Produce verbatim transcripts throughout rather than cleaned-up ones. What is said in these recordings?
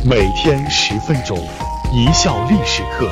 每天十分钟，一笑历史课。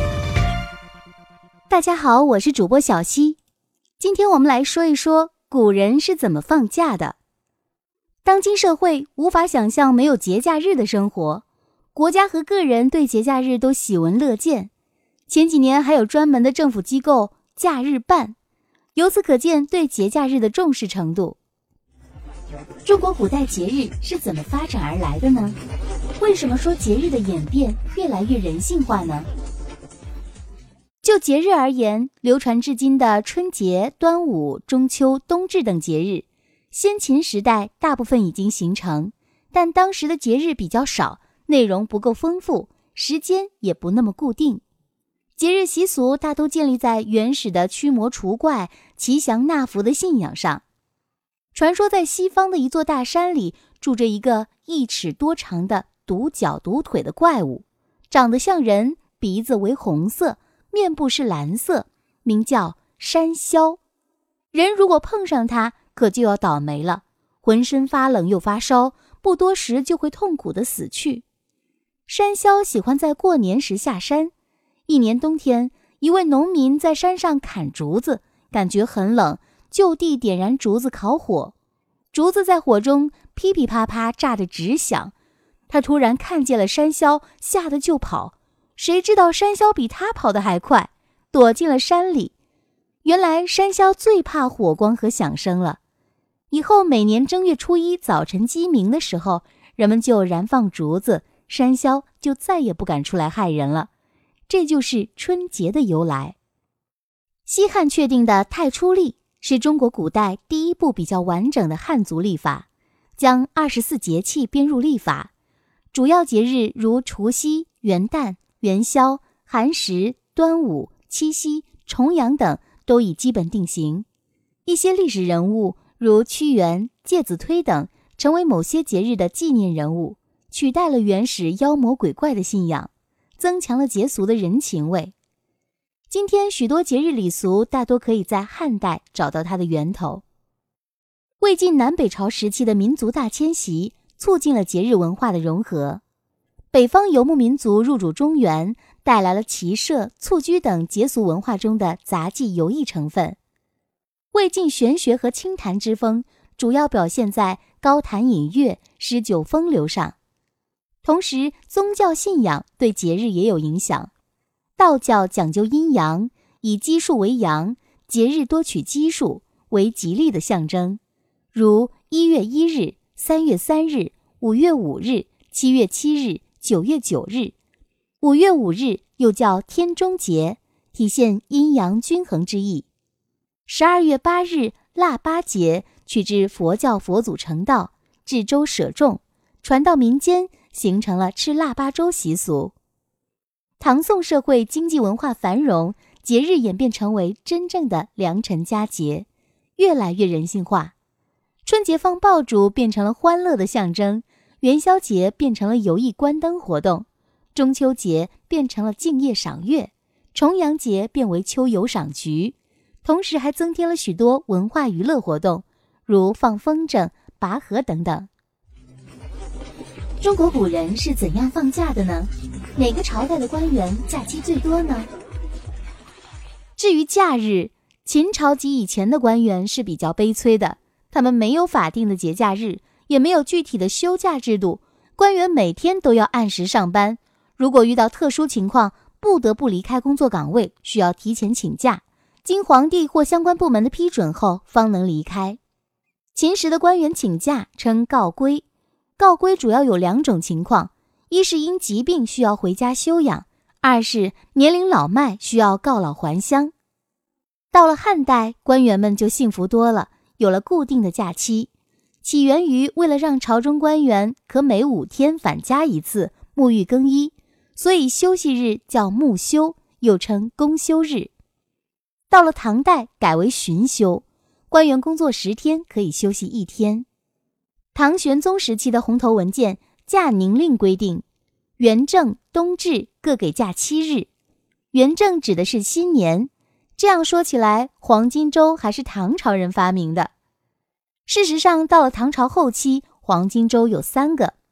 大家好，我是主播小溪。今天我们来说一说古人是怎么放假的。当今社会无法想象没有节假日的生活，国家和个人对节假日都喜闻乐见。前几年还有专门的政府机构假日办，由此可见对节假日的重视程度。中国古代节日是怎么发展而来的呢？为什么说节日的演变越来越人性化呢？就节日而言，流传至今的春节、端午、中秋、冬至等节日，先秦时代大部分已经形成，但当时的节日比较少，内容不够丰富，时间也不那么固定。节日习俗大都建立在原始的驱魔除怪、祈祥纳福的信仰上。传说在西方的一座大山里住着一个一尺多长的独脚独腿的怪物，长得像人，鼻子为红色，面部是蓝色，名叫山魈。人如果碰上它，可就要倒霉了，浑身发冷又发烧，不多时就会痛苦地死去。山魈喜欢在过年时下山。一年冬天，一位农民在山上砍竹子，感觉很冷，就地点燃竹子烤火。竹子在火中噼噼啪啪炸得直响，他突然看见了山魈，吓得就跑。谁知道山魈比他跑得还快，躲进了山里。原来山魈最怕火光和响声了。以后每年正月初一早晨鸡鸣的时候，人们就燃放竹子，山魈就再也不敢出来害人了。这就是春节的由来。西汉确定的太初历是中国古代第一部比较完整的汉族历法，将二十四节气编入历法，主要节日如除夕、元旦、元宵、寒食、端午、七夕、重阳等都已基本定型。一些历史人物如屈原、介子推等成为某些节日的纪念人物，取代了原始妖魔鬼怪的信仰，增强了节俗的人情味。今天许多节日礼俗大多可以在汉代找到它的源头。魏晋南北朝时期的民族大迁徙促进了节日文化的融合。北方游牧民族入主中原，带来了骑射、蹴鞠等节俗文化中的杂技游艺成分。魏晋玄学和清谈之风主要表现在高谈隐乐、诗酒风流上。同时，宗教信仰对节日也有影响。道教讲究阴阳，以奇数为阳，节日多取奇数为吉利的象征，如一月一日、三月三日、五月五日、七月七日、九月九日。五月五日又叫天中节，体现阴阳均衡之意。十二月八日腊八节取自佛教佛祖成道，至周舍众，传到民间，形成了吃腊八粥习俗。唐宋社会经济文化繁荣，节日演变成为真正的良辰佳节，越来越人性化。春节放爆竹变成了欢乐的象征，元宵节变成了游艺观灯活动，中秋节变成了敬业赏月，重阳节变为秋游赏菊，同时还增添了许多文化娱乐活动，如放风筝、拔河等等。中国古人是怎样放假的呢？哪个朝代的官员假期最多呢？至于假日，秦朝及以前的官员是比较悲催的，他们没有法定的节假日，也没有具体的休假制度，官员每天都要按时上班，如果遇到特殊情况，不得不离开工作岗位，需要提前请假，经皇帝或相关部门的批准后方能离开。秦时的官员请假称告归，告归主要有两种情况，一是因疾病需要回家休养，二是年龄老迈需要告老还乡。到了汉代，官员们就幸福多了，有了固定的假期，起源于为了让朝中官员可每五天返家一次，沐浴更衣，所以休息日叫沐休，又称公休日。到了唐代，改为旬休，官员工作十天可以休息一天。唐玄宗时期的红头文件假宁令规定，元正、冬至各给假七日。元正指的是新年，这样说起来，黄金周还是唐朝人发明的。事实上，到了唐朝后期，黄金周有三个：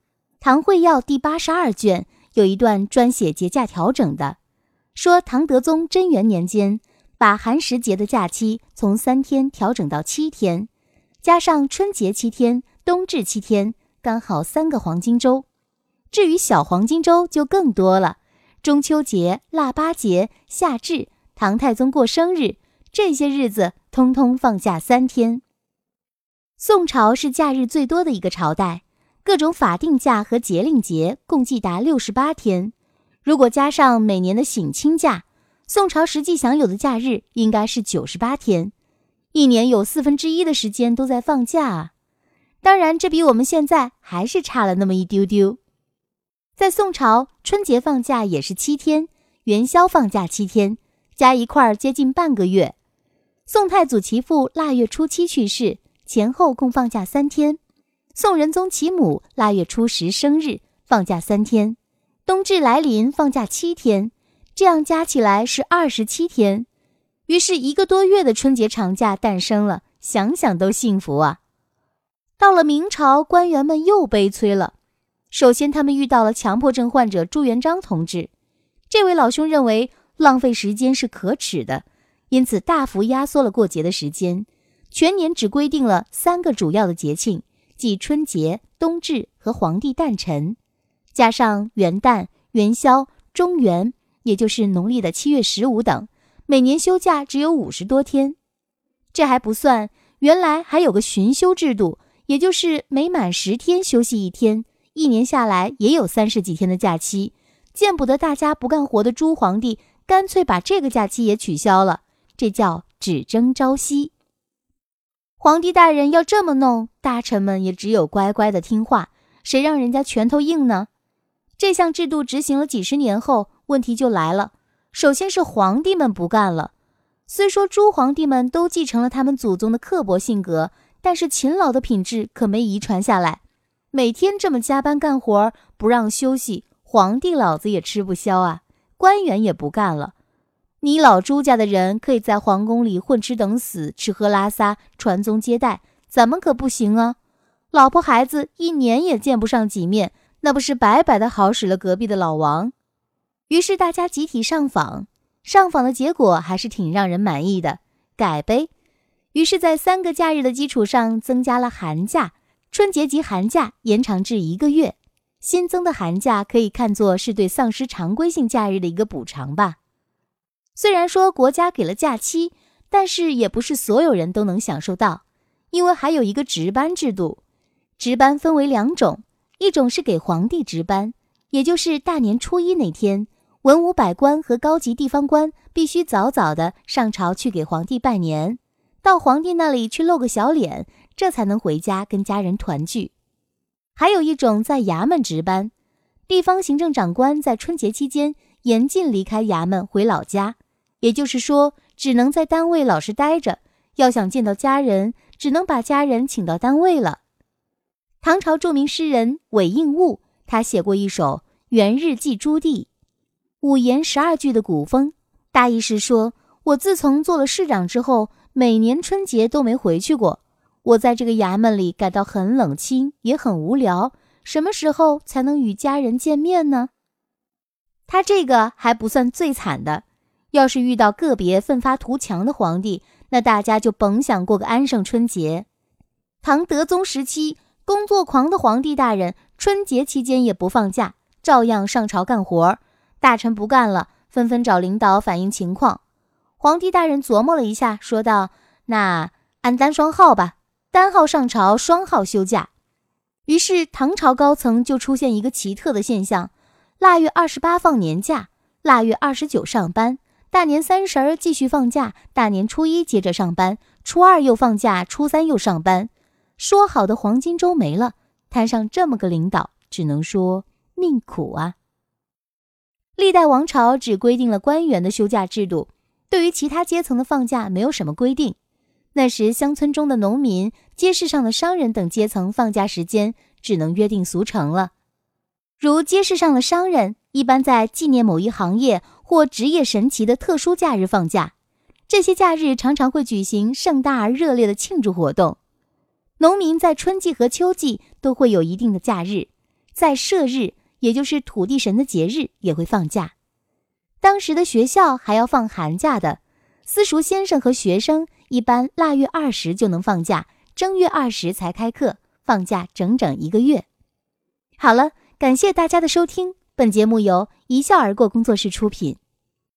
唐会要第八十二卷有一段专写节假调整的，说唐德宗贞元年间把寒食节的假期从三天调整到七天，加上春节七天、冬至七天，刚好三个黄金周。至于小黄金周就更多了，中秋节、腊八节、夏至、唐太宗过生日，这些日子通通放假三天。宋朝是假日最多的一个朝代，各种法定假和节令节共计达六十八天。如果加上每年的省亲假，宋朝实际享有的假日应该是九十八天，一年有四分之一的时间都在放假啊。当然，这比我们现在还是差了那么一丢丢。在宋朝，春节放假也是七天，元宵放假七天，加一块儿接近半个月。宋太祖其父腊月初七去世，前后共放假三天。宋仁宗其母腊月初十生日，放假三天。冬至来临，放假七天，这样加起来是二十七天。于是一个多月的春节长假诞生了，想想都幸福啊。到了明朝，官员们又悲催了。首先他们遇到了强迫症患者朱元璋同志，这位老兄认为浪费时间是可耻的，因此大幅压缩了过节的时间，全年只规定了三个主要的节庆，即春节、冬至和皇帝诞辰，加上元旦、元宵、中元，也就是农历的七月十五等，每年休假只有五十多天。这还不算，原来还有个巡休制度，也就是每满十天休息一天，一年下来也有三十几天的假期。见不得大家不干活的朱皇帝干脆把这个假期也取消了，这叫只争朝夕。皇帝大人要这么弄，大臣们也只有乖乖的听话，谁让人家拳头硬呢？这项制度执行了几十年后，问题就来了。首先是皇帝们不干了。虽说诸皇帝们都继承了他们祖宗的刻薄性格，但是勤劳的品质可没遗传下来。每天这么加班干活，不让休息，皇帝老子也吃不消啊。官员也不干了。你老朱家的人可以在皇宫里混吃等死，吃喝拉撒，传宗接代，咱们可不行啊。老婆孩子一年也见不上几面，那不是白白的好使了隔壁的老王。于是大家集体上访，上访的结果还是挺让人满意的，改呗。于是在三个假日的基础上增加了寒假，春节及寒假延长至一个月。新增的寒假可以看作是对丧失常规性假日的一个补偿吧。虽然说国家给了假期，但是也不是所有人都能享受到，因为还有一个值班制度。值班分为两种，一种是给皇帝值班，也就是大年初一那天，文武百官和高级地方官必须早早的上朝去给皇帝拜年，到皇帝那里去露个小脸，这才能回家跟家人团聚。还有一种在衙门值班，地方行政长官在春节期间严禁离开衙门回老家，也就是说只能在单位老实待着，要想见到家人，只能把家人请到单位了。唐朝著名诗人韦应物，他写过一首《元日记朱棣》，五言十二句的古风，大意是说，我自从做了市长之后，每年春节都没回去过。我在这个衙门里感到很冷清，也很无聊，什么时候才能与家人见面呢？他这个还不算最惨的，要是遇到个别奋发图强的皇帝，那大家就甭想过个安生春节。唐德宗时期，工作狂的皇帝大人春节期间也不放假，照样上朝干活，大臣不干了，纷纷找领导反映情况。皇帝大人琢磨了一下，说道，那按单双号吧，单号上朝，双号休假。于是唐朝高层就出现一个奇特的现象，腊月二十八放年假，腊月二十九上班，大年三十儿继续放假，大年初一接着上班，初二又放假，初三又上班。说好的黄金周没了，摊上这么个领导，只能说命苦啊。历代王朝只规定了官员的休假制度，对于其他阶层的放假没有什么规定。那时乡村中的农民、街市上的商人等阶层放假时间只能约定俗成了。如街市上的商人一般在纪念某一行业或职业神奇的特殊假日放假，这些假日常常会举行盛大而热烈的庆祝活动。农民在春季和秋季都会有一定的假日， 在社日，也就是土地神的节日也会放假。当时的学校还要放寒假的，私塾先生和学生一般腊月二十就能放假，正月二十才开课，放假整整一个月。好了，感谢大家的收听，本节目由一笑而过工作室出品。